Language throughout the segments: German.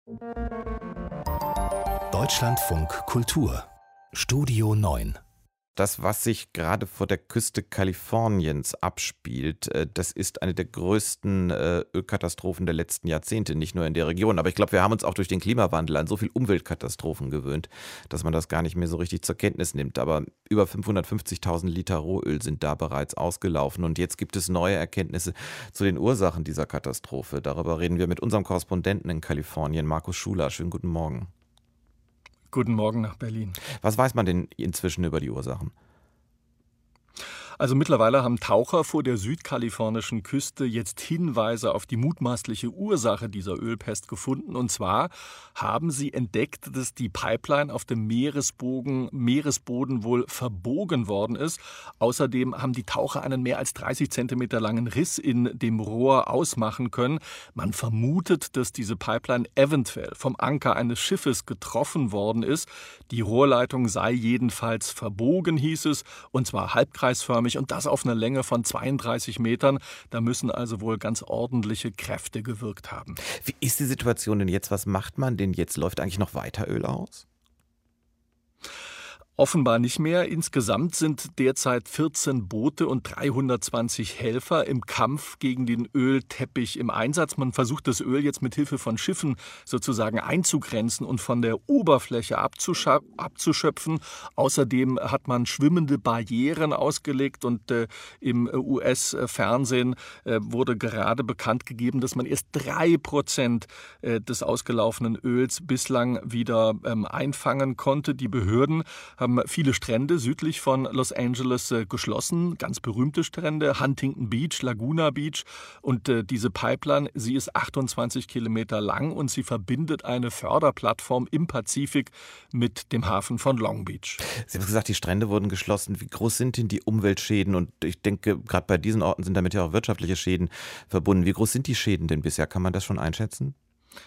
Deutschlandfunk Kultur Studio 9. Das, was sich gerade vor der Küste Kaliforniens abspielt, das ist eine der größten Ölkatastrophen der letzten Jahrzehnte, nicht nur in der Region. Aber ich glaube, wir haben uns auch durch den Klimawandel an so viel Umweltkatastrophen gewöhnt, dass man das gar nicht mehr so richtig zur Kenntnis nimmt. Aber über 550.000 Liter Rohöl sind da bereits ausgelaufen. Und jetzt gibt es neue Erkenntnisse zu den Ursachen dieser Katastrophe. Darüber reden wir mit unserem Korrespondenten in Kalifornien, Markus Schuler. Schönen guten Morgen. Guten Morgen nach Berlin. Was weiß man denn inzwischen über die Ursachen? Also mittlerweile haben Taucher vor der südkalifornischen Küste jetzt Hinweise auf die mutmaßliche Ursache dieser Ölpest gefunden. Und zwar haben sie entdeckt, dass die Pipeline auf dem Meeresboden wohl verbogen worden ist. Außerdem haben die Taucher einen mehr als 30 Zentimeter langen Riss in dem Rohr ausmachen können. Man vermutet, dass diese Pipeline eventuell vom Anker eines Schiffes getroffen worden ist. Die Rohrleitung sei jedenfalls verbogen, hieß es, und zwar halbkreisförmig. Und das auf einer Länge von 32 Metern. Da müssen also wohl ganz ordentliche Kräfte gewirkt haben. Wie ist die Situation denn jetzt? Was macht man denn jetzt? Läuft eigentlich noch weiter Öl aus? Offenbar nicht mehr. Insgesamt sind derzeit 14 Boote und 320 Helfer im Kampf gegen den Ölteppich im Einsatz. Man versucht, das Öl jetzt mit Hilfe von Schiffen sozusagen einzugrenzen und von der Oberfläche abzuschöpfen. Außerdem hat man schwimmende Barrieren ausgelegt und im US-Fernsehen wurde gerade bekannt gegeben, dass man erst 3% des ausgelaufenen Öls bislang wieder einfangen konnte. Die Behörden haben viele Strände südlich von Los Angeles geschlossen, ganz berühmte Strände, Huntington Beach, Laguna Beach. Und diese Pipeline, sie ist 28 Kilometer lang und sie verbindet eine Förderplattform im Pazifik mit dem Hafen von Long Beach. Sie haben gesagt, die Strände wurden geschlossen. Wie groß sind denn die Umweltschäden? Und ich denke, gerade bei diesen Orten sind damit ja auch wirtschaftliche Schäden verbunden. Wie groß sind die Schäden denn bisher? Kann man das schon einschätzen?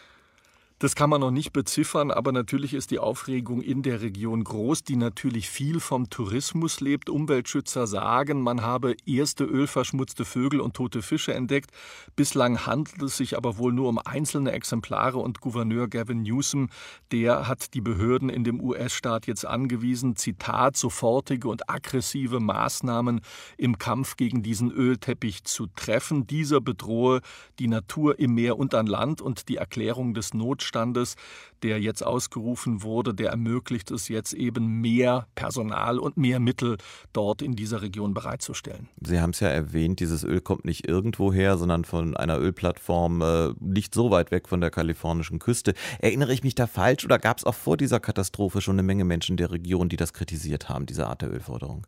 Das kann man noch nicht beziffern, aber natürlich ist die Aufregung in der Region groß, die natürlich viel vom Tourismus lebt. Umweltschützer sagen, man habe erste ölverschmutzte Vögel und tote Fische entdeckt. Bislang handelt es sich aber wohl nur um einzelne Exemplare und Gouverneur Gavin Newsom, der hat die Behörden in dem US-Staat jetzt angewiesen, Zitat, sofortige und aggressive Maßnahmen im Kampf gegen diesen Ölteppich zu treffen. Dieser bedrohe die Natur im Meer und an Land und die Erklärung des Notstandes, der jetzt ausgerufen wurde, der ermöglicht es jetzt eben mehr Personal und mehr Mittel dort in dieser Region bereitzustellen. Sie haben es ja erwähnt, dieses Öl kommt nicht irgendwo her, sondern von einer Ölplattform nicht so weit weg von der kalifornischen Küste. Erinnere ich mich da falsch oder gab es auch vor dieser Katastrophe schon eine Menge Menschen der Region, die das kritisiert haben, diese Art der Ölförderung?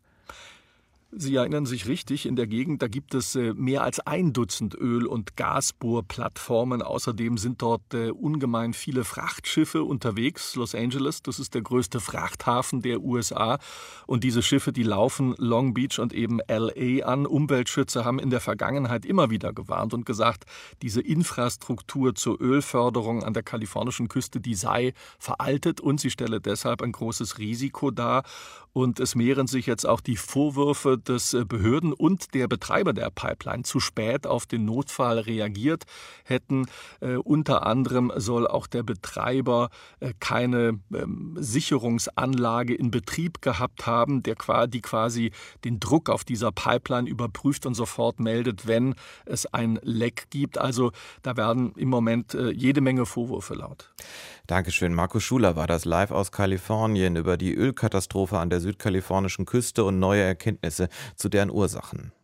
Sie erinnern sich richtig, in der Gegend, da gibt es mehr als 1 Dutzend Öl- und Gasbohrplattformen. Außerdem sind dort ungemein viele Frachtschiffe unterwegs. Los Angeles, das ist der größte Frachthafen der USA. Und diese Schiffe, die laufen Long Beach und eben LA an. Umweltschützer haben in der Vergangenheit immer wieder gewarnt und gesagt, diese Infrastruktur zur Ölförderung an der kalifornischen Küste, die sei veraltet und sie stelle deshalb ein großes Risiko dar. Und es mehren sich jetzt auch die Vorwürfe, dass Behörden und der Betreiber der Pipeline zu spät auf den Notfall reagiert hätten. Unter anderem soll auch der Betreiber keine Sicherungsanlage in Betrieb gehabt haben, die quasi den Druck auf dieser Pipeline überprüft und sofort meldet, wenn es ein Leck gibt. Also da werden im Moment jede Menge Vorwürfe laut. Dankeschön. Markus Schuler war das live aus Kalifornien über die Ölkatastrophe an der südkalifornischen Küste und neue Erkenntnisse zu deren Ursachen.